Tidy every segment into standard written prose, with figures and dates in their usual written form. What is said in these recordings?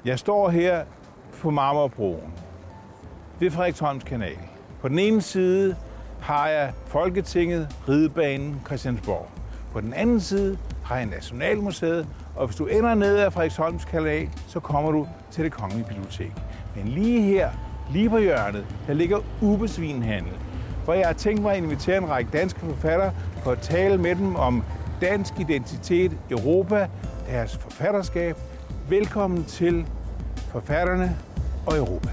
Jeg står her på Marmorbroen ved Frederiksholms Kanal. På den ene side har jeg Folketinget, Ridebanen, Christiansborg. På den anden side har jeg Nationalmuseet, og hvis du ender ned ad Frederiksholms Kanal, så kommer du til Det Kongelige Bibliotek. Men lige her, lige på hjørnet, der ligger Ubbes Vinhandel, hvor jeg har tænkt mig at invitere en række danske forfattere for at tale med dem om dansk identitet, Europa, deres forfatterskab. Velkommen til Forfatterne og Europa.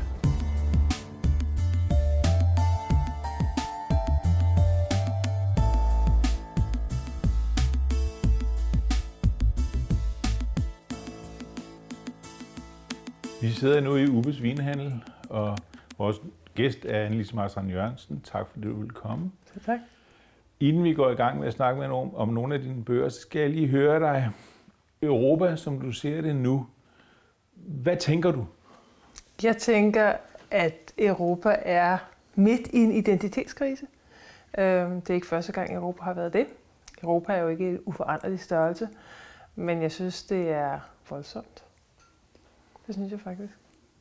Vi sidder nu i Ubbes Vinhandel, og vores gæst er Annelise Marstrand Jørgensen. Tak fordi du ville komme. Tak. Inden vi går i gang med at snakke med nogen om nogle af dine bøger, så skal jeg lige høre dig. Europa, som du ser det nu. Hvad tænker du? Jeg tænker, at Europa er midt i en identitetskrise. Det er ikke første gang, Europa har været det. Europa er jo ikke en uforanderlig størrelse, men jeg synes, det er voldsomt. Det synes jeg faktisk.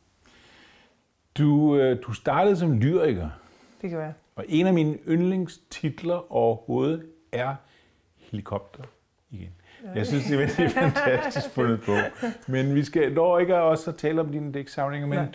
Du startede som lyriker. Det kan være. Og en af mine yndlingstitler overhovedet er Helikopter igen. Jeg synes, det er fantastisk fundet på. Men vi skal dog ikke også tale om dine digtsamlinger, men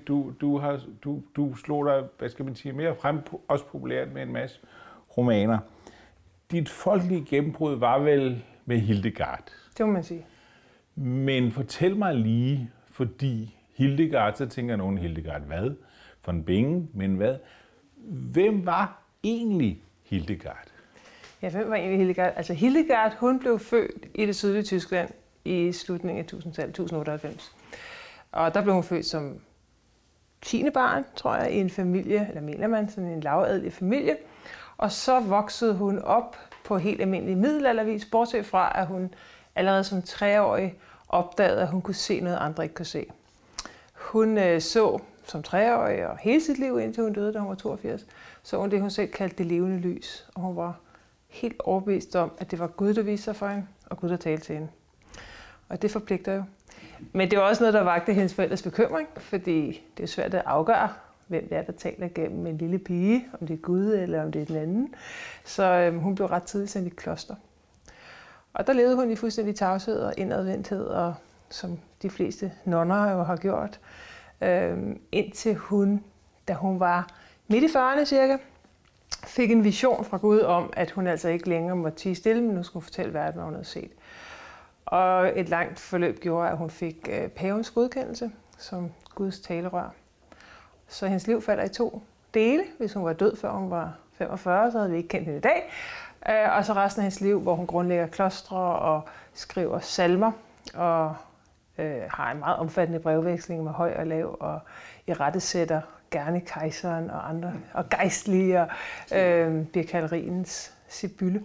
du slog dig, hvad skal man sige, mere frem, også populært med en masse romaner. Dit folkelige gennembrud var vel med Hildegard. Det må man sige. Men fortæl mig lige, fordi Hildegard, så tænker nogen Hildegard hvad? Von Bingen, men hvad? Hvem var egentlig Hildegard? Ja, hvem var egentlig Hildegard? Altså Hildegard, hun blev født i det sydlige Tyskland i slutningen af 1000-tallet, 1098. Og der blev hun født som 10. barn, tror jeg, i en familie, eller mener man, sådan en lavadelig familie. Og så voksede hun op på helt almindelig middelaldervis, bortset fra, at hun allerede som 3-årig opdagede, at hun kunne se noget, andre ikke kunne se. Hun så som 3-årig og hele sit liv, indtil hun døde, da hun var 82, så hun det, hun selv kaldte det levende lys. Og hun var helt overbevist om, at det var Gud, der viste sig for hende, og Gud, der talte til hende. Og det forpligter jo. Men det var også noget, der vagte hendes forældres bekymring, fordi det er svært at afgøre, hvem det er, der taler gennem en lille pige, om det er Gud eller om det er den anden. Så hun blev ret tidligt sendt i kloster. Og der levede hun i fuldstændig tavshed og indadvendthed, og som de fleste nonner jo har gjort, indtil hun, da hun var midt i 40'erne cirka, fik en vision fra Gud om, at hun altså ikke længere måtte tie stille, men nu skulle hun fortælle verden, hvad hun havde set. Og et langt forløb gjorde, at hun fik pavens godkendelse som Guds talerør. Så hendes liv falder i 2 dele. Hvis hun var død, før hun var 45, så havde vi ikke kendt hende i dag. Og så resten af hendes liv, hvor hun grundlægger klostre og skriver salmer og har en meget omfattende brevveksling med høj og lav og irettesætter gerne kejseren og andre og gejstlige og bliver kaldt rigens Sibylle.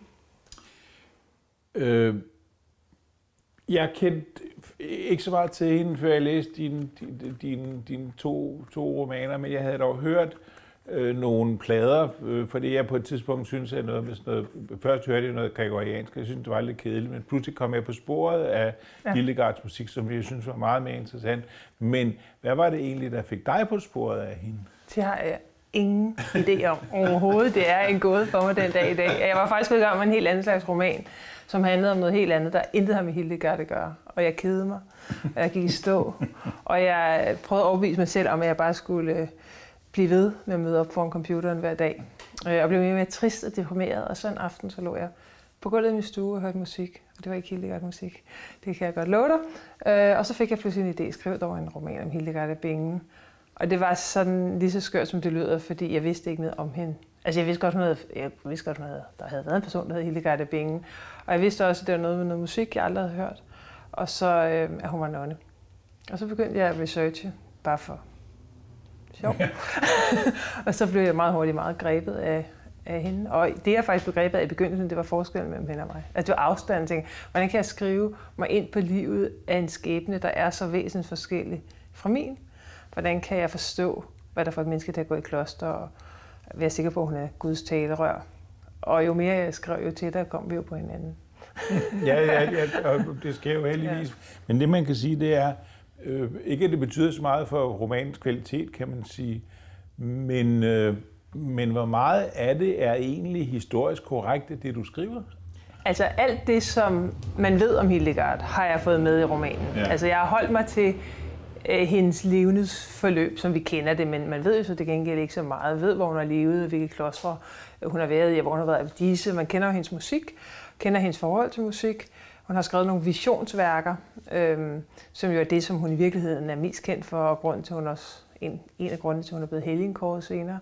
Jeg kendte ikke så meget til hende, før jeg læste dine to romaner, men jeg havde dog hørt nogle plader, fordi jeg på et tidspunkt synes, at noget med sådan noget. Først hørte jeg noget gregoriansk, jeg synes, det var lidt kedeligt, men pludselig kom jeg på sporet af Hildegards musik, som jeg synes var meget mere interessant. Men hvad var det egentlig, der fik dig på sporet af hende? Det har jeg ingen idé om overhovedet. Det er en gåde for mig den dag i dag. Jeg var faktisk gået i gang med en helt anden slags roman, som handlede om noget helt andet, der intet har med Hildegard at gøre. Og jeg kedede mig, og jeg gik i stå, og jeg prøvede at overbevise mig selv om, at jeg bare skulle blive ved med at møde op foran computeren hver dag. Og blev mere og mere trist og deprimeret, og så en aften så lå jeg på gulvet i min stue og hørte musik, og det var ikke Hildegard musik. Det kan jeg godt love dig. Og så fik jeg pludselig en idé, skrevet over en roman om Hildegard af Bingen. Og det var sådan lige så skørt, som det lyder, fordi jeg vidste ikke noget om hende. Altså jeg vidste godt, der havde været en person, der hed Hildegard af Bingen. Og jeg vidste også, at det var noget med noget musik, jeg aldrig havde hørt. Og så at hun var nonne. Og så begyndte jeg at researche, bare for sjov. Og så blev jeg meget hurtigt meget grebet af hende. Og det jeg faktisk blev grebet af i begyndelsen, det var forskellen mellem hende og mig. Altså det var afstanden. Jeg tænkte, hvordan kan jeg skrive mig ind på livet af en skæbne, der er så væsentligt forskellig fra min? Hvordan kan jeg forstå, hvad der får et menneske til at gå i kloster, og være sikker på, at hun er Guds talerør? Og jo mere jeg skrev, jo tættere kom vi jo på hinanden. ja, og det sker jo heldigvis. Men det man kan sige, det er, Ikke at det betyder så meget for romanens kvalitet, kan man sige, men hvor meget af det er egentlig historisk korrekt, det du skriver? Altså alt det, som man ved om Hildegard, har jeg fået med i romanen. Ja. Altså jeg har holdt mig til hendes levnedsforløb, som vi kender det, men man ved jo så det gengæld ikke så meget. Man ved, hvor hun har levet, hvilke klostre hun har været i, hvor hun har været abdisse. Man kender jo hendes musik, kender hendes forhold til musik. Hun har skrevet nogle visionsværker, som jo er det, som hun i virkeligheden er mest kendt for, og grund til, hun også, en af grundene til, at hun er blevet helgenkåret senere.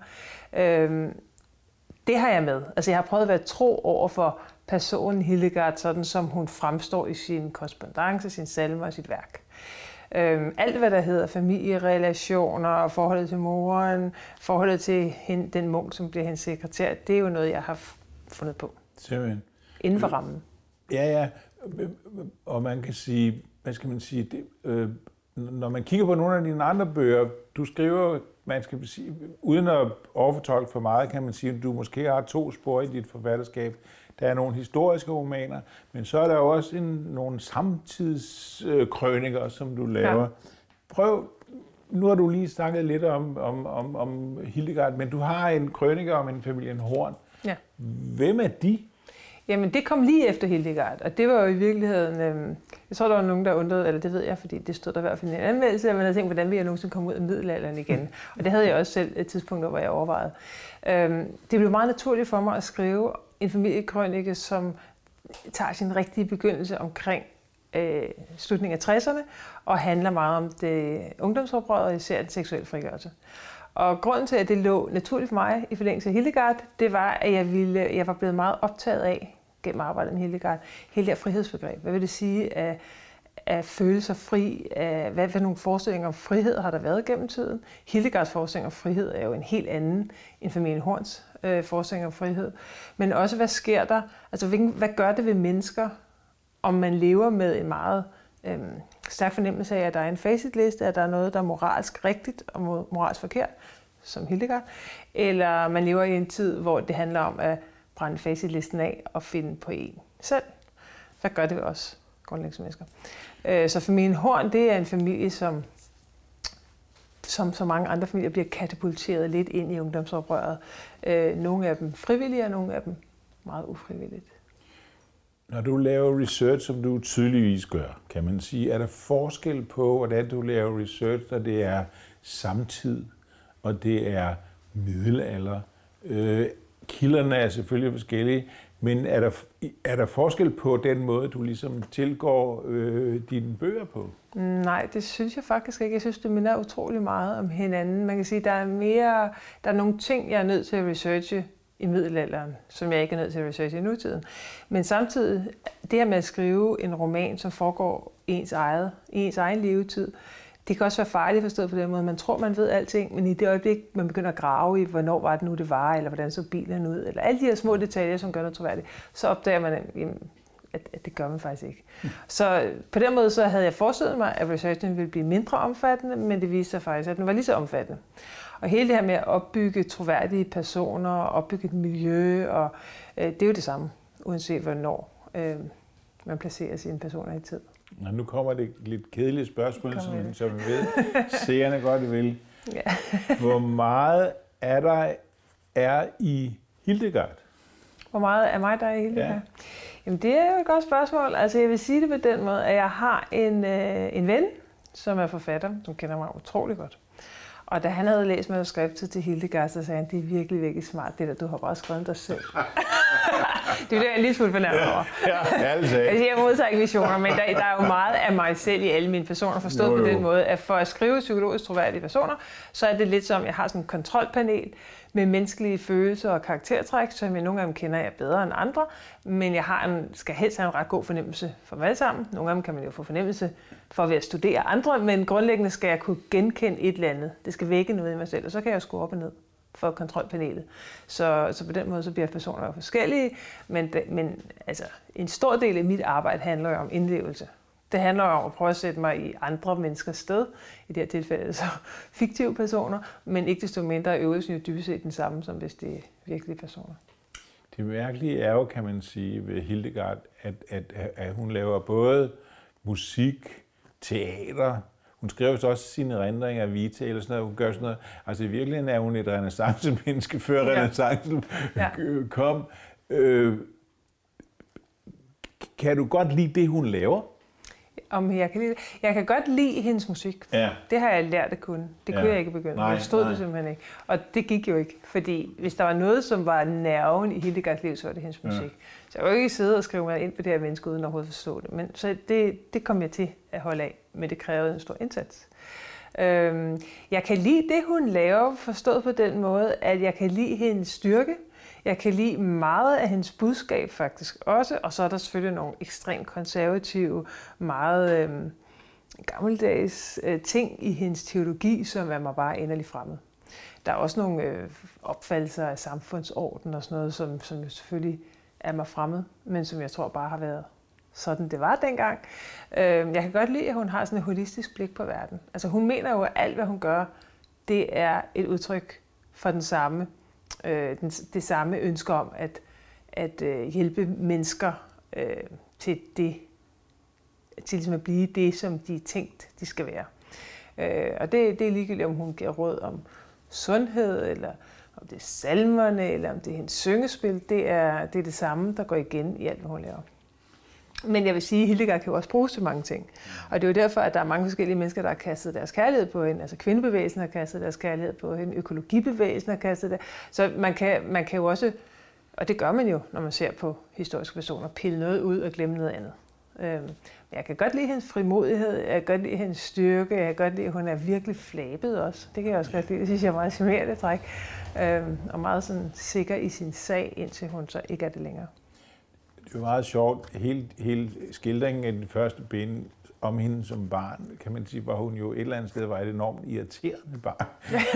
Det har jeg med. Altså jeg har prøvet at være tro over for personen Hildegard, sådan som hun fremstår i sin korrespondance, sin salmer og sit værk. Alt, hvad der hedder familierelationer, forholdet til moren, forholdet til den munk, som bliver hendes sekretær, det er jo noget, jeg har fundet på. Simpelthen. Inden for rammen. Ja. Og man kan sige, hvad skal man sige, når man kigger på nogle af dine andre bøger, du skriver, man skal sige, uden at overfortolke for meget, kan man sige, at du måske har 2 spor i dit forfatterskab. Der er nogle historiske romaner, men så er der jo også nogle samtidskrøniker, som du laver. Ja. Prøv, nu har du lige snakket lidt om Hildegard, men du har en krønike om en familien Horn. Ja. Hvem er de? Jamen, det kom lige efter Hildegard, og det var jo i virkeligheden, jeg tror, der var nogen, der undrede, eller det ved jeg, fordi det stod der i hvert fald i en anmeldelse, at man havde tænkt, hvordan vil jeg nogensinde komme ud af middelalderen igen? Og det havde jeg også selv et tidspunkt, hvor jeg overvejede. Det blev meget naturligt for mig at skrive en familiekrønike, som tager sin rigtige begyndelse omkring slutningen af 60'erne, og handler meget om det ungdomsoprør, og især den seksuelle frigørelse. Og grunden til, at det lå naturligt for mig i forlængelse af Hildegard, det var, at jeg var blevet meget optaget af, gennem arbejdet med Hildegard, hele det her frihedsbegreb. Hvad vil det sige at føle sig fri? Hvad for nogle forestillinger om frihed har der været gennem tiden? Hildegards forestilling om frihed er jo en helt anden end familien Horns forestilling om frihed. Men også, hvad sker der? Altså, hvad gør det ved mennesker, om man lever med en meget stærk fornemmelse af, at der er en facitliste, at der er noget, der er moralsk rigtigt og moralsk forkert, som Hildegard, eller man lever i en tid, hvor det handler om at brænde facitlisten af og finde på en selv. Hvad gør det ved os grundlæggende mennesker? Så familien Horn, det er en familie, som så mange andre familier bliver katapulteret lidt ind i ungdomsoprøret. Nogle af dem frivillige, og nogle af dem meget ufrivilligt. Når du laver research, som du tydeligvis gør, kan man sige, er der forskel på, hvordan du laver research, når det er samtid, og det er middelalder? Kilderne er selvfølgelig forskellige, men er der forskel på den måde, du ligesom tilgår dine bøger på? Nej, det synes jeg faktisk ikke. Jeg synes, det minder utrolig meget om hinanden. Man kan sige, der er nogle ting, jeg er nødt til at researche i middelalderen, som jeg ikke er nødt til at researche i nutiden. Men samtidig, det her med at skrive en roman, som foregår i ens egen levetid, det kan også være farligt forstået på den måde. Man tror, man ved alting, men i det øjeblik, man begynder at grave i, hvornår var det nu, det var, eller hvordan så bilen ud, eller alle de her små detaljer, som gør noget troværdigt, så opdager man, at det gør man faktisk ikke. Så på den måde så havde jeg forestillet mig, at researchen ville blive mindre omfattende, men det viste sig faktisk, at den var lige så omfattende. Og hele det her med at opbygge troværdige personer, opbygge et miljø, og det er jo det samme, uanset hvornår man placerer sine personer i tid. Og nu kommer det lidt kedelige spørgsmål, som vi ved, seerne godt vil. Ja. Hvor meget er i Hildegard? Hvor meget er mig, der er i Hildegard? Ja. Jamen, det er jo et godt spørgsmål. Altså, jeg vil sige det på den måde, at jeg har en ven, som er forfatter, som kender mig utrolig godt. Og da han havde læst manuskriptet til Hildegard, så sagde han, det er virkelig, virkelig smart, det der, du har bare skrevet dig selv. Det er jo en lille smule fornærmet over. Ja, altså, jeg modtager ikke visioner, men der er jo meget af mig selv i alle mine personer, forstået på den måde, at for at skrive psykologisk troværdige personer, så er det lidt som, jeg har sådan et kontrolpanel med menneskelige følelser og karaktertræk, som jeg nogle af dem kender jeg bedre end andre, men jeg skal helst have en ret god fornemmelse for dem alle sammen. Nogle af dem kan man jo få fornemmelse for ved at studere andre, men grundlæggende skal jeg kunne genkende et eller andet. Det skal vække noget i mig selv, og så kan jeg skrue op og ned for kontrolpanelet. Så på den måde så bliver personer jo forskellige, men altså, en stor del af mit arbejde handler jo om indlevelse. Det handler jo om at prøve at sætte mig i andre menneskers sted, i det her tilfælde så fiktive personer, men ikke desto mindre er øvelsen jo dybest set den samme, som hvis det er virkelige personer. Det mærkelige er jo, kan man sige, ved Hildegard, at hun laver både musik, teater, Hun skriver så også sine erindringer af Vita, eller sådan noget. Hun gør sådan noget. Altså i virkeligheden er hun et renæssancemenneske, før renæssancen kom. Kan du godt lide det, hun laver? Om jeg kan lide det? Jeg kan godt lide hendes musik. Ja. Det har jeg lært at kunne. Det kunne jeg ikke begynde. Jeg forstod det simpelthen ikke. Og det gik jo ikke, fordi hvis der var noget, som var nerven i Hildegards liv, så var det hendes musik. Ja. Så jeg kunne ikke sidde og skrive mig ind på det her menneske, uden overhovedet forstå det. Men så det kom jeg til at holde af, men det krævede en stor indsats. Jeg kan lide det, hun laver, forstået på den måde, at jeg kan lide hendes styrke. Jeg kan lide meget af hendes budskab faktisk også, og så er der selvfølgelig nogle ekstremt konservative, meget gammeldags ting i hendes teologi, som er mig bare inderligt fremmed. Der er også nogle opfattelser af samfundsorden og sådan noget, som jo selvfølgelig er mig fremmed, men som jeg tror bare har været sådan, det var dengang. Jeg kan godt lide, at hun har sådan et holistisk blik på verden. Altså hun mener jo, at alt, hvad hun gør, det er et udtryk for det samme ønske om at hjælpe mennesker til ligesom at blive det, som de er tænkt, de skal være. Og det er ligegyldigt, om hun giver råd om sundhed, eller om det er salmerne, eller om det er hendes syngespil. Det er det samme, der går igen i alt, hvad hun laver. Men jeg vil sige, at Hildegard kan jo også bruges til mange ting. Og det er jo derfor, at der er mange forskellige mennesker, der har kastet deres kærlighed på hende. Altså kvindebevægelsen har kastet deres kærlighed på hende, økologibevægelsen har kastet det. Så man kan jo også, og det gør man jo, når man ser på historiske personer, pille noget ud og glemme noget andet. Jeg kan godt lide hendes frimodighed, jeg kan godt lide hendes styrke, jeg kan godt lide, at hun er virkelig flabet også. Det kan jeg også godt lide, det synes jeg er meget charmerende træk. Og meget sådan sikker i sin sag, indtil hun så ikke er det længere. Det er meget sjovt. Hele skildringen af den første bind om hende som barn, kan man sige, var hun jo et eller andet sted var et enormt irriterende barn.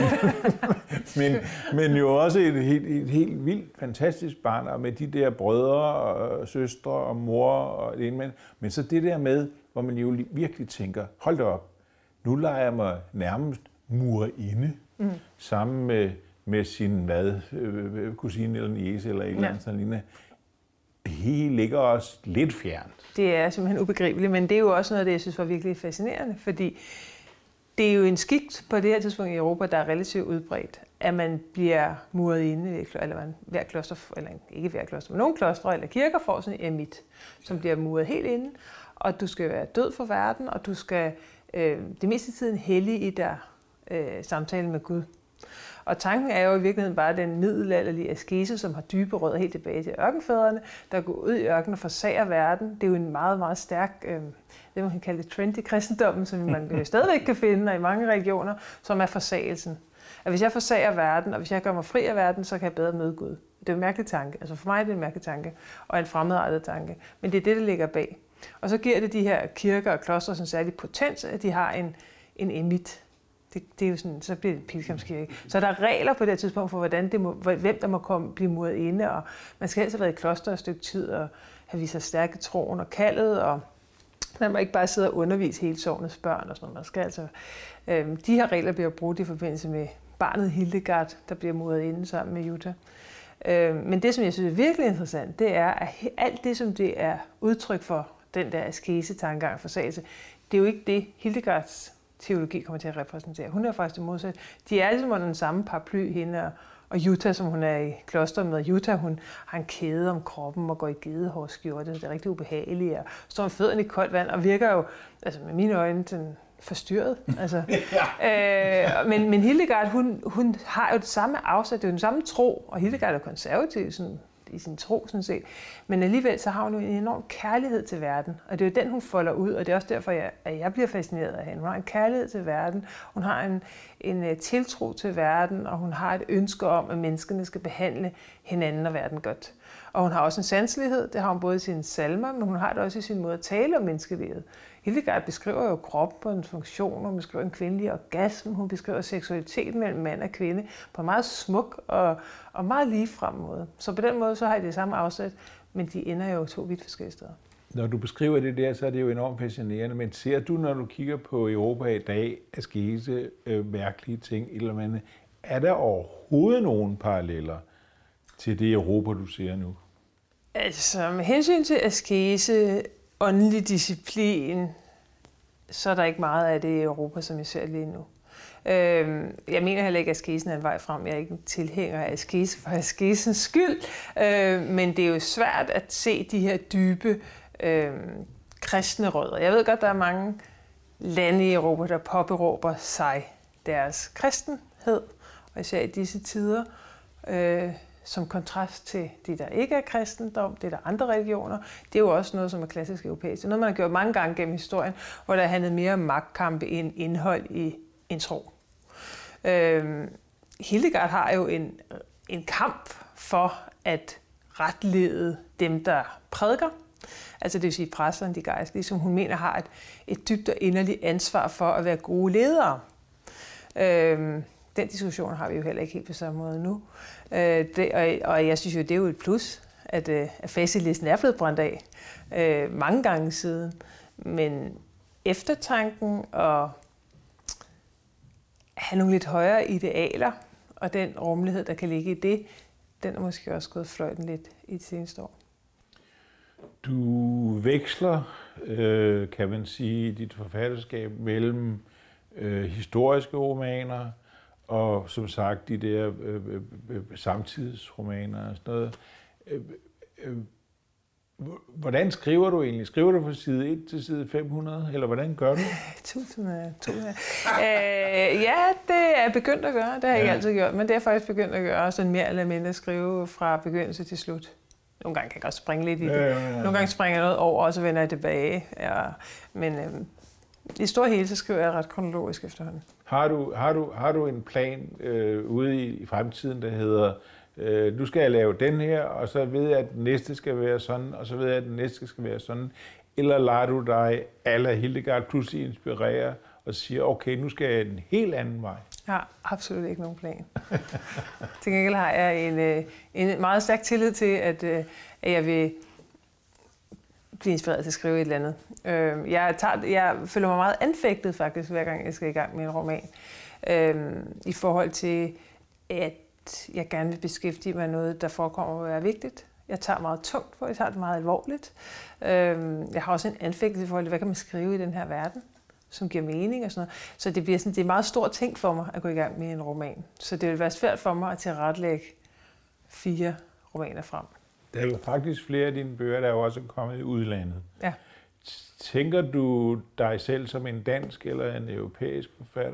men jo også et helt vildt, fantastisk barn, og med de der brødre og søstre og mor og det ene. Men så det der med, hvor man jo virkelig tænker, hold da op, nu leger jeg mig nærmest murinde, sammen med sin kusine eller niece eller et eller andet sådan lignende. Det ligger også lidt fjernt. Det er simpelthen ubegribeligt, men det er jo også noget af det, jeg synes var virkelig fascinerende, fordi det er jo en skik på det her tidspunkt i Europa, der er relativt udbredt, at man bliver muret inde, eller hver kloster, eller ikke hver kloster, men nogle klostre eller kirker får sådan en eremit, som bliver muret helt inde, og du skal være død for verden, og du skal det meste tiden hellige i der samtale med Gud. Og tanken er jo i virkeligheden bare den middelalderlige askese, som har dybe rødder helt tilbage til ørkenfædrene, der går ud i ørkenen og forsager verden. Det er jo en meget, meget stærk, det man kan kalde det trend i kristendommen, som man stadigvæk kan finde i mange regioner, som er forsagelsen. At hvis jeg forsager verden, og hvis jeg gør mig fri af verden, så kan jeg bedre møde Gud. Det er en mærkelig tanke. Altså for mig er det en mærkelig tanke, og en fremmedartet tanke. Men det er det, der ligger bag. Og så giver det de her kirker og klostre sådan særlig potens, at de har en emit. Det er jo sådan, så bliver det pilgrimskirke. Så der er regler på det tidspunkt for, hvem der må blive muret inde, og man skal helst have været i kloster et stykke tid, og have vist sig stærke troen og kaldet, og man må ikke bare sidde og undervise hele sognets børn og sådan noget. Man skal altså, de her regler bliver brugt i forbindelse med barnet Hildegard, der bliver muret inde sammen med Jutta. Men det, som jeg synes er virkelig interessant, det er, at alt det, som det er udtryk for, den der askese-tankegang og forsagelse, det er jo ikke det, Hildegards teologi kommer til at repræsentere. Hun er faktisk det modsatte. De er ligesom under den samme paraply, hende og Jutta, som hun er i kloster med. Jutta, hun har en kæde om kroppen og går i gedehårskjorte, så det er rigtig ubehageligt, og står med fødderne i koldt vand, og virker jo, altså med mine øjne, den forstyrret. Altså. Men Hildegard, hun har jo det samme afsæt, det er jo den samme tro, og Hildegard er konservativ sådan, i sin tro, sådan set. Men alligevel så har hun jo en enorm kærlighed til verden, og det er jo den, hun folder ud, og det er også derfor, at jeg bliver fascineret af hende. Hun har en kærlighed til verden, hun har en tiltro til verden, og hun har et ønske om, at menneskene skal behandle hinanden og verden godt. Og hun har også en sanselighed, det har hun både i sine salmer, men hun har det også i sin måde at tale om menneskelivet. Hildegard beskriver jo kroppens funktioner, hun beskriver en kvindelig orgasme, hun beskriver seksualitet mellem mand og kvinde på en meget smuk og meget ligefrem måde. Så på den måde så har de det samme afsæt, men de ender jo to vidt forskellige steder. Når du beskriver det der, så er det jo enormt fascinerende, men ser du, når du kigger på Europa i dag, askese, mærkelige ting, eller andet, er der overhovedet nogen paralleller til det Europa, du ser nu? Altså med hensyn til askese, åndelig disciplin, så er der ikke meget af det i Europa, som jeg ser lige nu. Jeg mener heller ikke, at askesen er en vej frem. Jeg er ikke en tilhænger af askese for askesens skyld. Men det er jo svært at se de her dybe kristne rødder. Jeg ved godt, der er mange lande i Europa, der påberåber sig deres kristenhed, og især i disse tider, som kontrast til de, der ikke er kristendom, det er der andre religioner. Det er jo også noget, som er klassisk europæisk. Det er noget, man har gjort mange gange gennem historien, hvor der handlede mere om magtkampe end indhold i en tro. Hildegard har jo en kamp for at retlede dem, der prædiker, altså det vil sige præsterne, de gejstlige, som hun mener har et dybt og inderligt ansvar for at være gode ledere. Den diskussion har vi jo heller ikke helt på samme måde nu. Og jeg synes jo, det er jo et plus, at facitlisten er blevet brændt af mange gange siden. Men eftertanken og have nogle lidt højere idealer, og den rummelighed, der kan ligge i det, den er måske også gået fløjten lidt i det seneste år. Du veksler, kan man sige, dit forfatterskab mellem historiske romaner og som sagt de der samtidsromaner og sådan noget. Hvordan skriver du egentlig? Skriver du fra side 1 til side 500, eller hvordan gør du? 1000. Ja, det er jeg begyndt at gøre. Det har jeg ikke altid gjort, men det er faktisk begyndt at gøre, sådan mere eller mindre skrive fra begyndelse til slut. Nogle gange kan jeg godt springe lidt i det. Nogle gange springer jeg noget over, og så vender jeg tilbage. Ja, men i store hele, så skriver jeg ret kronologisk efterhånden. Har du en plan ude i fremtiden, der hedder, nu skal jeg lave den her, og så ved jeg, at den næste skal være sådan, og så ved jeg, at den næste skal være sådan? Eller lader du dig a la Hildegard pludselig inspirere og siger, okay, nu skal jeg en helt anden vej? Jeg har absolut ikke nogen plan. Til gengæld har jeg en meget stærk tillid til, at jeg vil blive inspireret til at skrive et eller andet. Jeg føler mig meget anfægtet faktisk, hver gang jeg skal i gang med en roman. I forhold til, at jeg gerne vil beskæftige mig med noget, der forekommer at være vigtigt. Jeg tager meget tungt på, jeg tager det meget alvorligt. Jeg har også en anfægtelse i forhold til, hvad kan man skrive i den her verden, som giver mening og sådan noget. Så det er en meget stor ting for mig at gå i gang med en roman. Så det vil være svært for mig at tilrettelægge 4 romaner frem. Der er jo faktisk flere af dine bøger, der er jo også kommet i udlandet. Ja. Tænker du dig selv som en dansk eller en europæisk forfatter?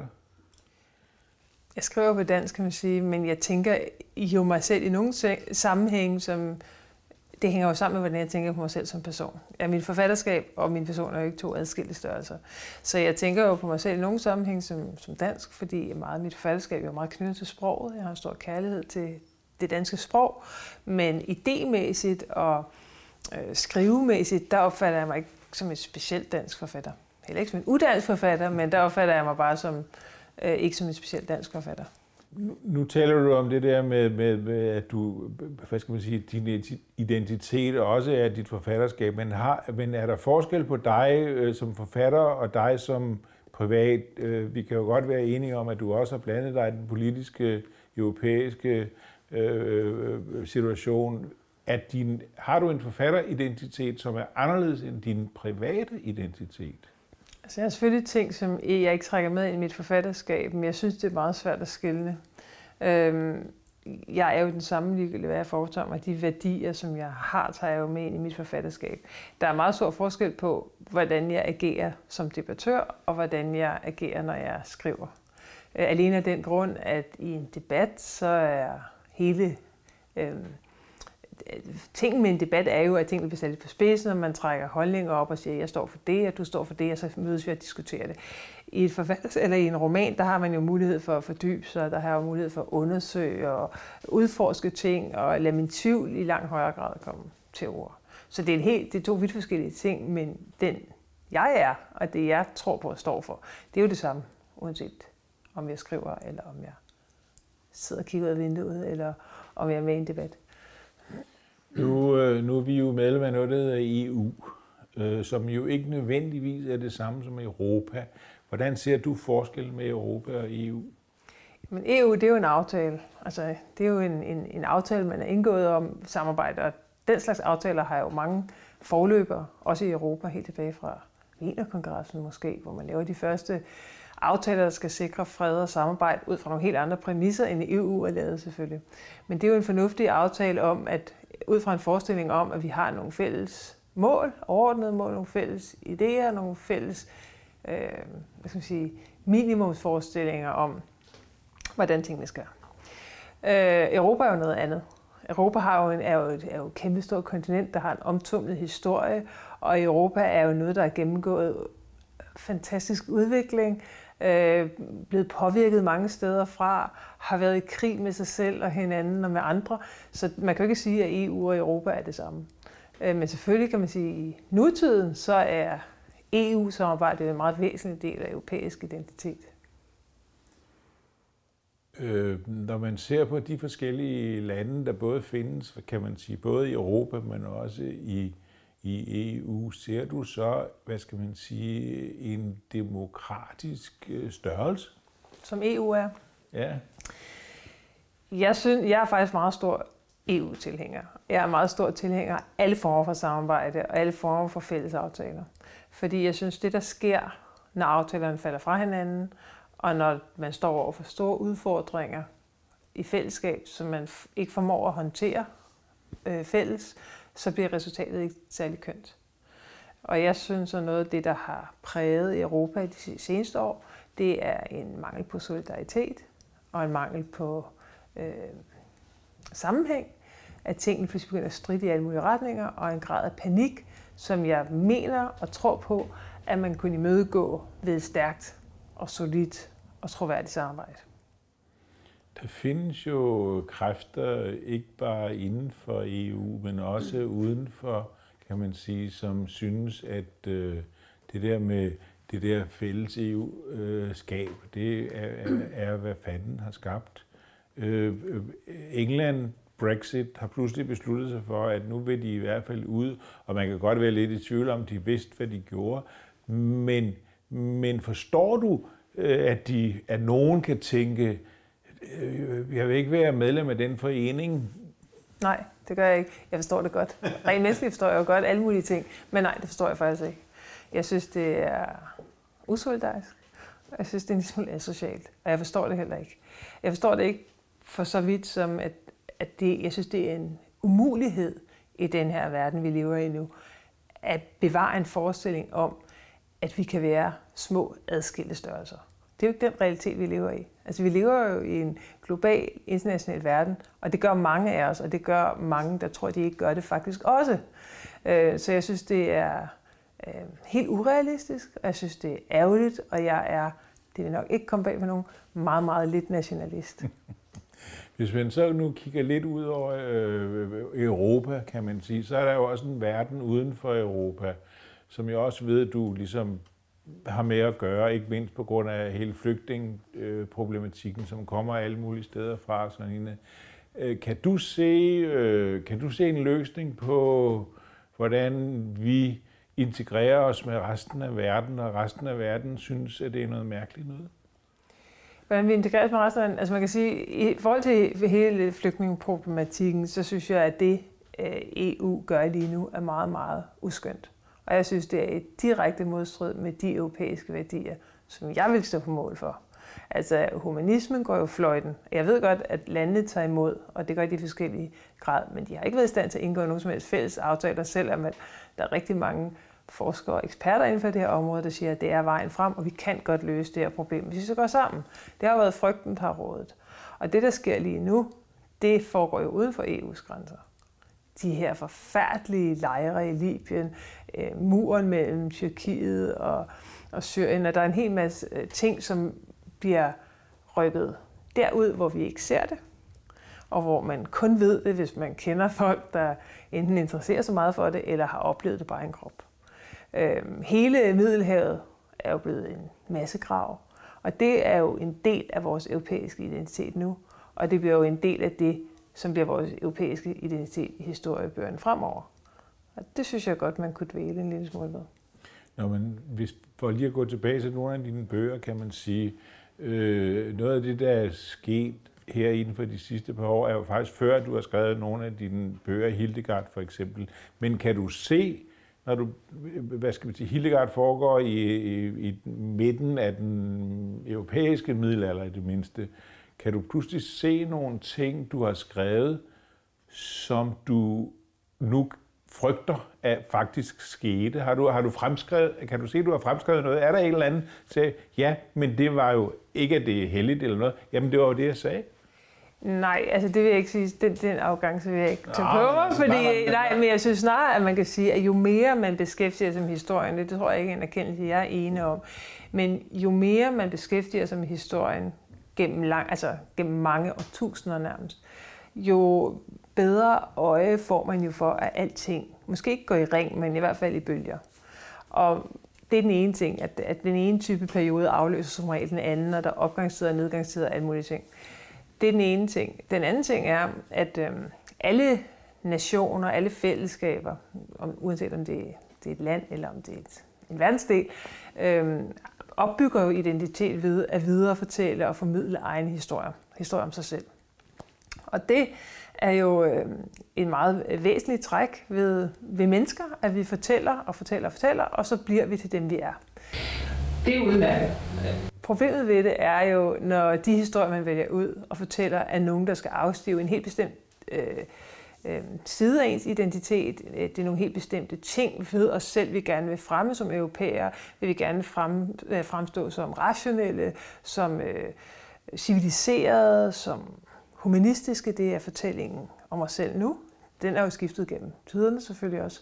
Jeg skriver på dansk, kan man sige, men jeg tænker jo mig selv i nogle sammenhænge, som det hænger jo sammen med, hvordan jeg tænker på mig selv som person. Ja, mit forfatterskab og min person er jo ikke 2 adskilte størrelser. Så jeg tænker jo på mig selv i nogle sammenhænge som dansk, fordi meget mit forfatterskab er meget knyttet til sproget. Jeg har en stor kærlighed til det danske sprog, men idémæssigt og skrivemæssigt, der opfatter jeg mig ikke som et specielt dansk forfatter. Heller ikke som en udansk forfatter, men der opfatter jeg mig bare som ikke som en specielt dansk forfatter. Nu taler du om det der med at du, hvad skal man sige, din identitet også er dit forfatterskab, men er der forskel på dig som forfatter og dig som privat? Vi kan jo godt være enige om, at du også har blandet dig i den politiske, europæiske situation. Har du en forfatteridentitet, som er anderledes end din private identitet? Altså, jeg har selvfølgelig ting, som jeg ikke trækker med i mit forfatterskab, men jeg synes, det er meget svært at skelne. Jeg er jo den samme ligegyldigt, hvad jeg foretager mig. De værdier, som jeg har, tager jeg jo med ind i mit forfatterskab. Der er meget stor forskel på, hvordan jeg agerer som debattør, og hvordan jeg agerer, når jeg skriver. Alene af den grund, at i en debat, så er hele ting med en debat er jo, at tingene bliver sat lidt på spidsen, og man trækker holdninger op og siger, jeg står for det, og du står for det, og så mødes vi at diskutere det. I et eller i en roman, der har man jo mulighed for at fordybe sig, der har jo mulighed for at undersøge og udforske ting, og lade min tvivl i langt højere grad komme til ord. Så det er 2 vidt forskellige ting, men den jeg er, og det jeg tror på og står for, det er jo det samme, uanset om jeg skriver, eller om jeg sidder og kigger ud af vinduet, eller om jeg er med i en debat. Nu er vi jo medlem af noget, der hedder EU, som jo ikke nødvendigvis er det samme som Europa. Hvordan ser du forskellen med Europa og EU? Men EU, det er jo en aftale. Altså, det er jo en aftale, man er indgået om samarbejde, og den slags aftaler har jo mange forløbere, også i Europa, helt tilbage fra Wienerkongressen måske, hvor man laver de første aftaler, der skal sikre fred og samarbejde ud fra nogle helt andre præmisser, end EU er lavet selvfølgelig. Men det er jo en fornuftig aftale om, at ud fra en forestilling om, at vi har nogle fælles mål, overordnede mål, nogle fælles idéer, nogle fælles minimumsforestillinger om, hvordan tingene skal. Europa er jo noget andet. Europa er jo et kæmpestort kontinent, der har en omtumlet historie, og Europa er jo noget, der er gennemgået fantastisk udvikling, blevet påvirket mange steder fra, har været i krig med sig selv og hinanden og med andre. Så man kan jo ikke sige, at EU og Europa er det samme. Men selvfølgelig kan man sige, at i nutiden, så er EU-samarbejdet en meget væsentlig del af europæisk identitet. Når man ser på de forskellige lande, der både findes, kan man sige, både i Europa, men også i EU, ser du så, en demokratisk størrelse? Som EU er? Ja. Jeg er faktisk meget stor EU-tilhænger. Jeg er meget stor tilhænger af alle former for samarbejde og alle former for fælles aftaler. Fordi jeg synes, det der sker, når aftalerne falder fra hinanden, og når man står over for store udfordringer i fællesskab, som man ikke formår at håndtere fælles, så bliver resultatet ikke særlig kønt. Og jeg synes, at noget af det, der har præget Europa i de seneste år, det er en mangel på solidaritet og en mangel på sammenhæng, at tingene pludselig begynder at stride i alle mulige retninger, og en grad af panik, som jeg mener og tror på, at man kunne imødegå ved stærkt og solidt og troværdigt samarbejde. Der findes jo kræfter, ikke bare inden for EU, men også uden for, kan man sige, som synes, at det der med det der fælles EU-skab, det er, hvad fanden har skabt. England, Brexit, har pludselig besluttet sig for, at nu vil de i hvert fald ud, og man kan godt være lidt i tvivl om, de vidste, hvad de gjorde. Men forstår du, at nogen kan tænke, jeg vil ikke være medlem af den forening? Nej, det gør jeg ikke. Jeg forstår det godt. Rent menneskeligt forstår jeg jo godt alle mulige ting, men nej, det forstår jeg faktisk ikke. Jeg synes, det er usolidarisk. Jeg synes, det er en lille smule asocialt, og jeg forstår det heller ikke. Jeg forstår det ikke for så vidt som, jeg synes, det er en umulighed i den her verden, vi lever i nu, at bevare en forestilling om, at vi kan være små adskilte størrelser. Det er jo ikke den realitet, vi lever i. Altså, vi lever jo i en global, international verden, og det gør mange af os, og det gør mange, der tror, de ikke gør det faktisk også. Så jeg synes, det er helt urealistisk, og jeg synes, det er ærgerligt, og det vil nok ikke komme bag på nogen, meget, meget lidt nationalist. Hvis man så nu kigger lidt ud over Europa, kan man sige, så er der jo også en verden uden for Europa, som jeg også ved, du ligesom har med at gøre, ikke mindst på grund af hele flygtningeproblematikken, som kommer alle mulige steder fra. Kan du se en løsning på, hvordan vi integrerer os med resten af verden, og resten af verden synes, at det er noget mærkeligt noget? Hvordan vi integrerer os med resten af verden? Altså man kan sige, i forhold til hele flygtningeproblematikken, så synes jeg, at det EU gør lige nu er meget, meget uskønt. Og jeg synes, det er et direkte modstrid med de europæiske værdier, som jeg vil stå på mål for. Altså, humanismen går jo fløjten. Jeg ved godt, at landene tager imod, og det gør de i forskellige grad, men de har ikke været i stand til at indgå nogen som helst fælles aftaler, selvom der er rigtig mange forskere og eksperter inden for det her område, der siger, at det er vejen frem, og vi kan godt løse det her problem, hvis vi så går sammen. Det har været frygten, der har rådet. Og det, der sker lige nu, det foregår jo uden for EU's grænser. De her forfærdelige lejre i Libyen, muren mellem Tyrkiet og Syrien, og der er en hel masse ting, som bliver rykket derud, hvor vi ikke ser det, og hvor man kun ved det, hvis man kender folk, der enten interesserer sig meget for det, eller har oplevet det bare i en krop. Hele Middelhavet er jo blevet en massegrav, og det er jo en del af vores europæiske identitet nu, og det bliver jo en del af det, som bliver vores europæiske identitet i historiebøgerne fremover. Og det synes jeg godt, man kunne dvæle en lille smule ved. Nå, men for lige at gå tilbage til nogle af dine bøger, kan man sige, noget af det, der er sket her inden for de sidste par år, er jo faktisk før, du har skrevet nogle af dine bøger, Hildegard for eksempel. Men kan du se når du, hvad skal man sige, Hildegard foregår i midten af den europæiske middelalder i det mindste, kan du pludselig se nogle ting, du har skrevet, som du nu frygter, at faktisk skete? Har du fremskrevet, kan du se, at du har fremskrevet noget? Er der en eller anden, der siger, ja, men det var jo ikke, at det er heldigt eller noget? Jamen, det var jo det, jeg sagde. Nej, altså det vil jeg ikke sige. Den afgang vil jeg ikke tage på mig, fordi men jeg synes snarere, at man kan sige, at jo mere man beskæftiger sig med historien, det tror jeg ikke er en erkendelse, jeg er enig om, men jo mere man beskæftiger sig med historien gennem mange årtusinder nærmest, jo bedre øje får man jo for, at alting måske ikke går i ring, men i hvert fald i bølger. Og det er den ene ting, at den ene type periode afløser som regel den anden, og der er opgangstider og nedgangstider og alle mulige ting. Det er den ene ting. Den anden ting er, at alle nationer, alle fællesskaber, uanset om det er et land eller om det er en verdensdel, opbygger jo identitet ved at viderefortælle og formidle egne historier om sig selv. Og det er jo en meget væsentlig træk ved mennesker, at vi fortæller, og så bliver vi til dem, vi er. Det er udmærket. Problemet ved det er jo, når de historier, man vælger ud og fortæller, er nogen, der skal afstive en helt bestemt side af ens identitet. Det er nogle helt bestemte ting ved os selv, vi gerne vil fremme som europæere. Vil vi gerne fremstå som rationelle, som civiliserede, som humanistiske. Det er fortællingen om os selv nu. Den er jo skiftet gennem tiderne selvfølgelig også.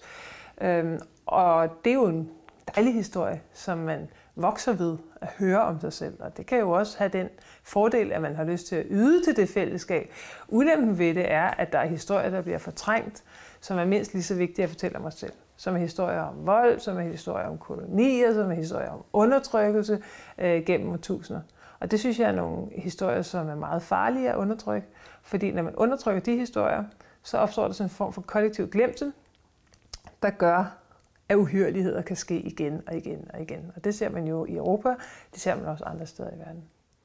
Og det er jo en dejlig historie, som man vokser ved at høre om sig selv. Og det kan jo også have den fordel, at man har lyst til at yde til det fællesskab. Ulempen ved det er, at der er historier, der bliver fortrængt, som er mindst lige så vigtige at fortælle om os selv. Som er historier om vold, som er historier om kolonier, som er historier om undertrykkelse gennem årtusinder. Og det synes jeg er nogle historier, som er meget farlige at undertrykke. Fordi når man undertrykker de historier, så opstår der sådan en form for kollektiv glemsel, der gør, at uhyrligheder kan ske igen og igen og igen. Og det ser man jo i Europa, det ser man også andre steder i verden.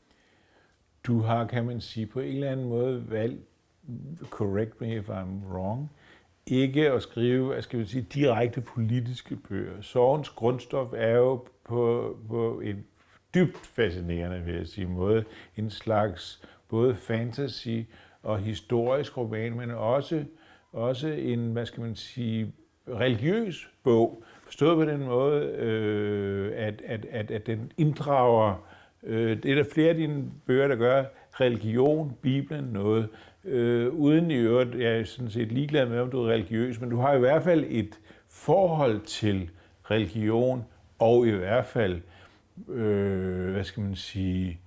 Du har, kan man sige, på en eller anden måde valgt, correct me if I'm wrong, ikke at skrive, hvad skal vi sige, direkte politiske bøger. Sorgens grundstof er jo på en dybt fascinerende, vil jeg sige, måde, en slags både fantasy og historisk roman, men også en, hvad skal man sige, religiøs bog, forstået på den måde, at den inddrager, det er der flere af dine bøger, der gør religion, Bibelen noget, uden i øvrigt, jeg er sådan set ligeglad med, om du er religiøs, men du har i hvert fald et forhold til religion, og i hvert fald, hvad skal man sige,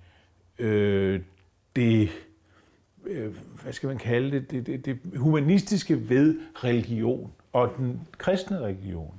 hvad skal man kalde det humanistiske ved religion og den kristne religion.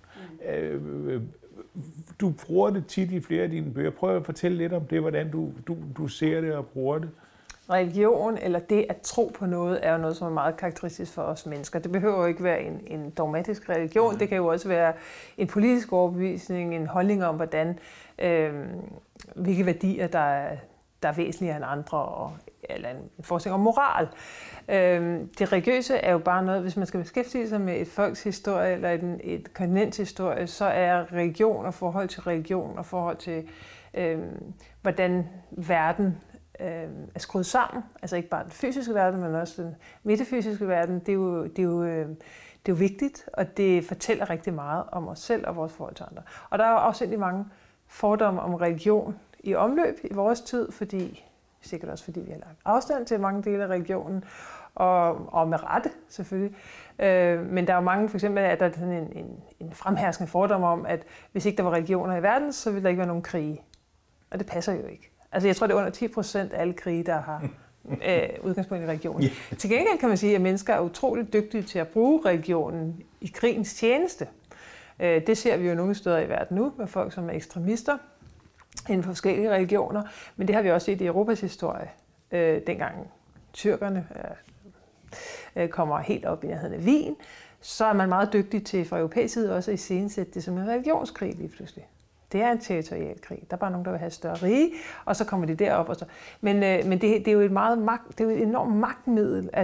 Du bruger det tit i flere af dine bøger. Prøv at fortælle lidt om det, hvordan du ser det og bruger det. Religion, eller det at tro på noget, er jo noget, som er meget karakteristisk for os mennesker. Det behøver jo ikke være en dogmatisk religion. Det kan jo også være en politisk overbevisning, en holdning om, hvilke værdier, der er væsentligere end andre, eller en forestilling om moral. Det religiøse er jo bare noget, hvis man skal beskæftige sig med et folks historie eller et kontinents historie, så er religion og forhold til religion og forhold til, hvordan verden er skruet sammen. Altså ikke bare den fysiske verden, men også den metafysiske verden. Det er jo vigtigt, og det fortæller rigtig meget om os selv og vores forhold til andre. Og der er også egentlig mange fordomme om religion i omløb i vores tid, sikkert også fordi vi har lagt afstand til mange dele af religionen, og med rette selvfølgelig. Men der er jo mange, for eksempel, at der er sådan en fremherskende fordom om, at hvis ikke der var religioner i verden, så ville der ikke være nogen krige. Og det passer jo ikke. Altså jeg tror, det er under 10% af alle krige, der har udgangspunkt i religionen. Yeah. Til gengæld kan man sige, at mennesker er utroligt dygtige til at bruge religionen i krigens tjeneste. Det ser vi jo nogle steder i verden nu, med folk, som er ekstremister inden for forskellige religioner, men det har vi også set i Europas historie, dengang tyrkerne kommer helt op i nærheden af Wien, så er man meget dygtig til fra europæisk side også at iscenesætte det som en religionskrig lige pludselig. Det er en territorial krig. Der er bare nogen, der vil have større rige, og så kommer de derop. Og så. Men det er jo et enormt magtmiddel. Altså,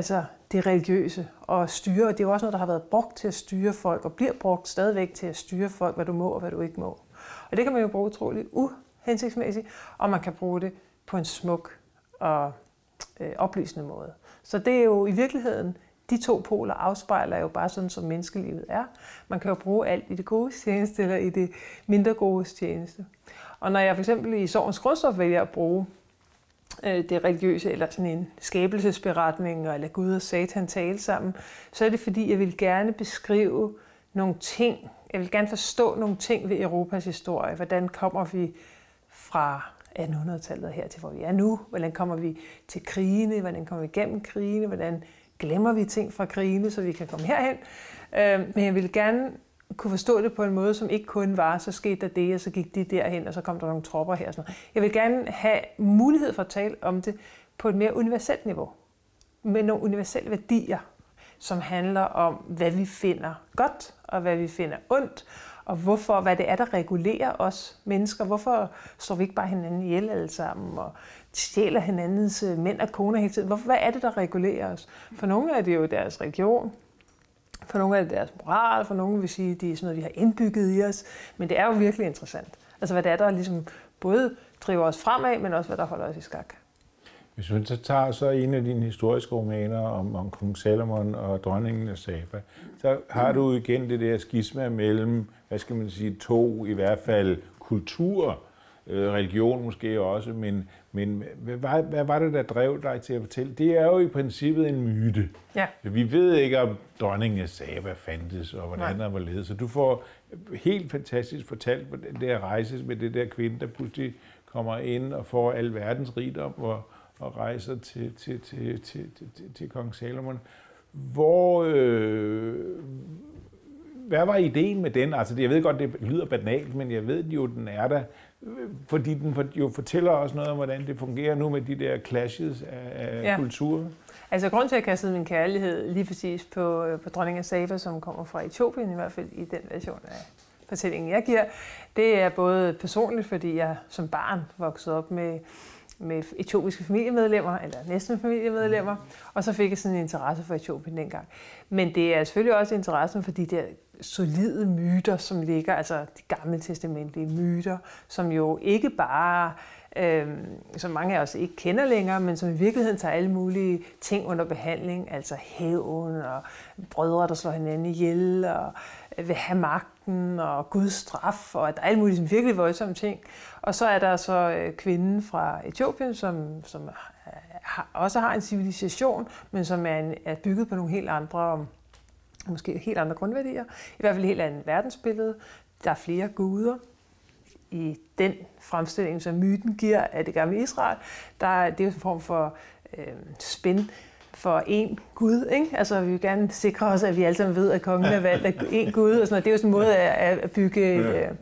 det religiøse og styre. Og det er jo også noget, der har været brugt til at styre folk, og bliver brugt stadigvæk til at styre folk, hvad du må og hvad du ikke må. Og det kan man jo bruge utroligt uhensigtsmæssigt, og man kan bruge det på en smuk og oplysende måde. Så det er jo i virkeligheden, de to poler afspejler jo bare sådan, som menneskelivet er. Man kan jo bruge alt i det gode tjeneste, eller i det mindre gode tjeneste. Og når jeg for eksempel i Sorgens Grundstof vælger at bruge det religiøse, eller sådan en skabelsesberetning, eller Gud og Satan tale sammen, så er det fordi, jeg vil gerne beskrive nogle ting. Jeg vil gerne forstå nogle ting ved Europas historie. Hvordan kommer vi fra 1800-tallet her til, hvor vi er nu? Hvordan kommer vi til krigene? Hvordan kommer vi igennem krigene? Hvordan glemmer vi ting fra krigene, så vi kan komme herhen? Men jeg vil gerne kunne forstå det på en måde, som ikke kun var, så skete der det, og så gik de derhen, og så kom der nogle tropper her. Og sådan noget. Jeg vil gerne have mulighed for at tale om det på et mere universelt niveau. Med nogle universelle værdier, som handler om, hvad vi finder godt, og hvad vi finder ondt, og hvorfor, hvad det er, der regulerer os mennesker. Hvorfor står vi ikke bare hinanden ihjel alle sammen, og stjæler hinandens mænd og koner hele tiden? Hvad er det, der regulerer os? For nogle er det jo deres religion, for nogle er det deres moral, for nogle vil sige, at det er sådan noget, vi har indbygget i os. Men det er jo virkelig interessant. Altså hvad det er, der ligesom både driver os fremad, men også hvad der holder os i skak. Hvis man så tager så en af dine historiske romaner om kong Salomon og dronningen af Saba, så har du igen det der skisma mellem, hvad skal man sige, to i hvert fald kultur, religion måske også, men hvad var det, der drev dig til at fortælle? Det er jo i princippet en myte. Ja. Vi ved ikke, om dronningen af Saba fandtes, og hvordan der var ledet. Så du får helt fantastisk fortalt på den der rejse med det der kvinde, der pludselig kommer ind og får al verdens rigdom og rejser til kong Salomon. Hvad var ideen med den? Altså, jeg ved godt, det lyder banalt, men jeg ved jo, den er der, fordi den jo fortæller os noget om, hvordan det fungerer nu med de der clashes af kulturer. Altså, grund til, at jeg kastede min kærlighed lige præcis på dronningen af Saba, som kommer fra Etiopien, i hvert fald i den version af fortællingen, jeg giver, det er både personligt, fordi jeg som barn voksede op med etiopiske familiemedlemmer, eller næsten familiemedlemmer, og så fik jeg sådan en interesse for Etiopien dengang. Men det er selvfølgelig også interessen for de der solide myter, som ligger, altså de gammeltestamentlige myter, som jo ikke bare, som mange af os ikke kender længere, men som i virkeligheden tager alle mulige ting under behandling, altså hævn og brødre, der slår hinanden ihjel, og vil have magten, og Guds straf, og der er alle mulige virkelig voldsomme ting. Og så er der så kvinden fra Etiopien, som også har en civilisation, men som er bygget på nogle helt andre, måske helt andre grundværdier. I hvert fald et helt andet verdensbillede. Der er flere guder. I den fremstilling, som myten giver af det gamle Israel, det er jo en form for spænd for én Gud, ikke? Altså, vi vil gerne sikre os, at vi alle sammen ved, at kongen er valgt af én Gud, og sådan noget. Det er jo sådan en måde at bygge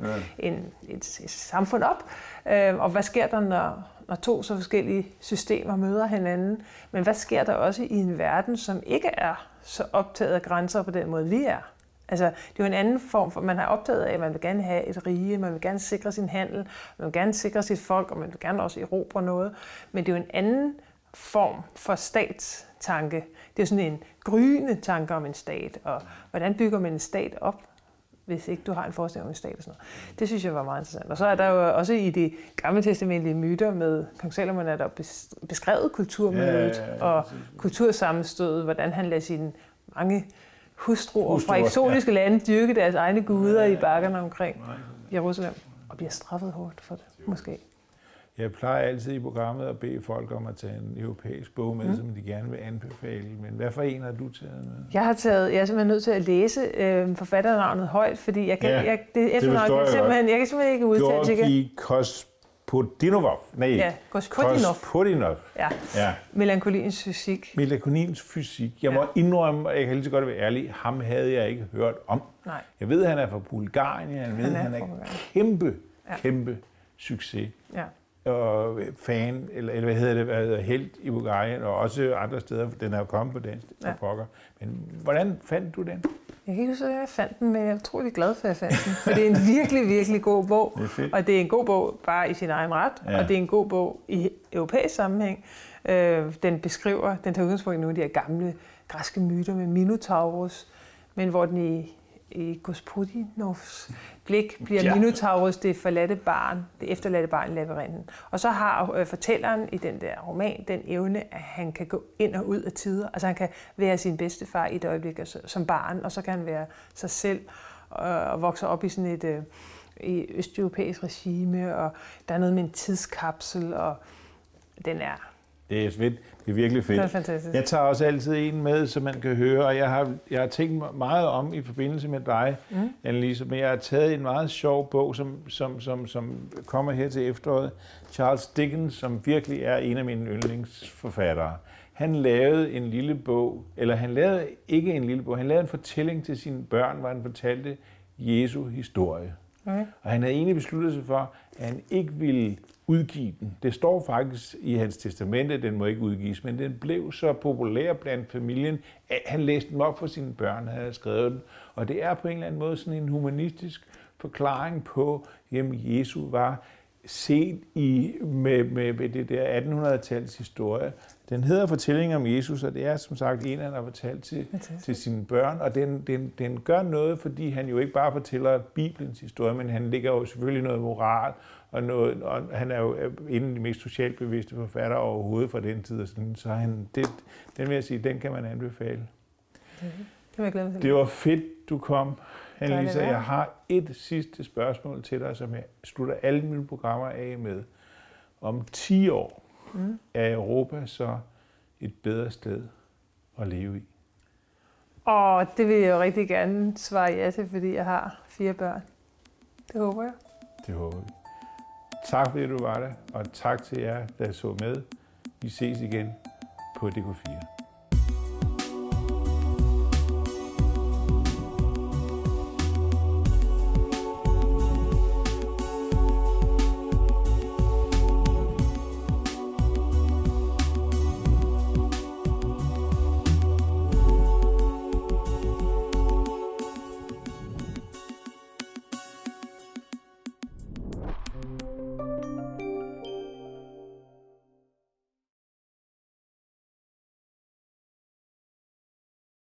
et samfund op. Og hvad sker der, når to så forskellige systemer møder hinanden? Men hvad sker der også i en verden, som ikke er så optaget af grænser på den måde, vi er? Altså, det er jo en anden form for, man har optaget af, at man vil gerne have et rige, man vil gerne sikre sin handel, man vil gerne sikre sit folk, og man vil gerne også erobre noget. Men det er jo en anden form for statstanke. Det er jo sådan en gryende tanke om en stat, og hvordan bygger man en stat op, hvis ikke du har en forestilling om en stat og sådan noget. Det synes jeg var meget interessant. Og så er der jo også i de gammeltestamentlige myter med kong Salomon, er der beskrevet kulturmødet og kultursammenstødet, hvordan han lader sine mange hustruer fra eksotiske lande dyrke deres egne guder i bakkerne omkring Jerusalem, og bliver straffet hårdt for det, måske. Jeg plejer altid i programmet at bede folk om at tage en europæisk bog med, som de gerne vil anbefale. Men hvad for en har du taget med? Jeg er simpelthen nødt til at læse forfatternavnet højt, fordi jeg kan simpelthen ikke udtale det. Georgi Gospodinov. Gospodinov. Ja. Melankoliens fysik. Melankoliens fysik. Jeg må indrømme, og jeg kan lige så godt være ærlig, ham havde jeg ikke hørt om. Nej. Jeg ved, at han er fra Bulgarien. Jeg ved, at han er kæmpe succes. Ja. fan, eller hvad hedder det, helt i Bulgarien, og også andre steder, den er jo kommet på dansk, pokker. Men hvordan fandt du den? Jeg kan ikke huske, at jeg fandt den, men jeg er utrolig glad for, at jeg fandt den. For det er en virkelig, virkelig god bog. Og det er en god bog bare i sin egen ret, og det er en god bog i europæisk sammenhæng. Den tager udgangspunkt i nogle af de her gamle græske myter med Minotaurus, men hvor den i Gospodinovs blik bliver Minotaurus det forladte barn, det efterladte barn i labyrinten. Og så har fortælleren i den der roman den evne, at han kan gå ind og ud af tider. Altså han kan være sin bedstefar i et øjeblik som barn, og så kan han være sig selv og vokse op i sådan et i østeuropæisk regime, og der er noget med en tidskapsel, og den er... Det er fedt. Det er virkelig fedt. Det er fantastisk. Jeg tager også altid en med, som man kan høre, og jeg har tænkt meget om i forbindelse med dig, Annelise, men jeg har taget en meget sjov bog, som kommer her til efteråret. Charles Dickens, som virkelig er en af mine yndlingsforfattere. Han lavede en lille bog, eller han lavede ikke en lille bog, han lavede en fortælling til sine børn, hvor han fortalte Jesu historie. Okay. Og han havde egentlig besluttet sig for, at han ikke ville udgive den. Det står faktisk i hans testamente, at den må ikke udgives, men den blev så populær blandt familien, at han læste den op for sine børn, han havde skrevet den. Og det er på en eller anden måde sådan en humanistisk forklaring på, at Jesu var set med det der 1800-tals historie. Den hedder Fortælling om Jesus, og det er som sagt en, han har fortalt til sine børn, og den gør noget, fordi han jo ikke bare fortæller Bibelens historie, men han lægger jo selvfølgelig noget moral, og han er jo en af de mest socialt bevidste forfattere overhovedet fra den tid, og sådan, så den vil jeg sige, den kan man anbefale. Det var fedt, du kom, Annelise. Jeg har et sidste spørgsmål til dig, som jeg slutter alle mine programmer af med. Om 10 år er Europa så et bedre sted at leve i? Og det vil jeg jo rigtig gerne svare ja til, fordi jeg har 4 børn. Det håber jeg. Det håber vi. Tak fordi du var der, og tak til jer, der så med. Vi ses igen på DK4.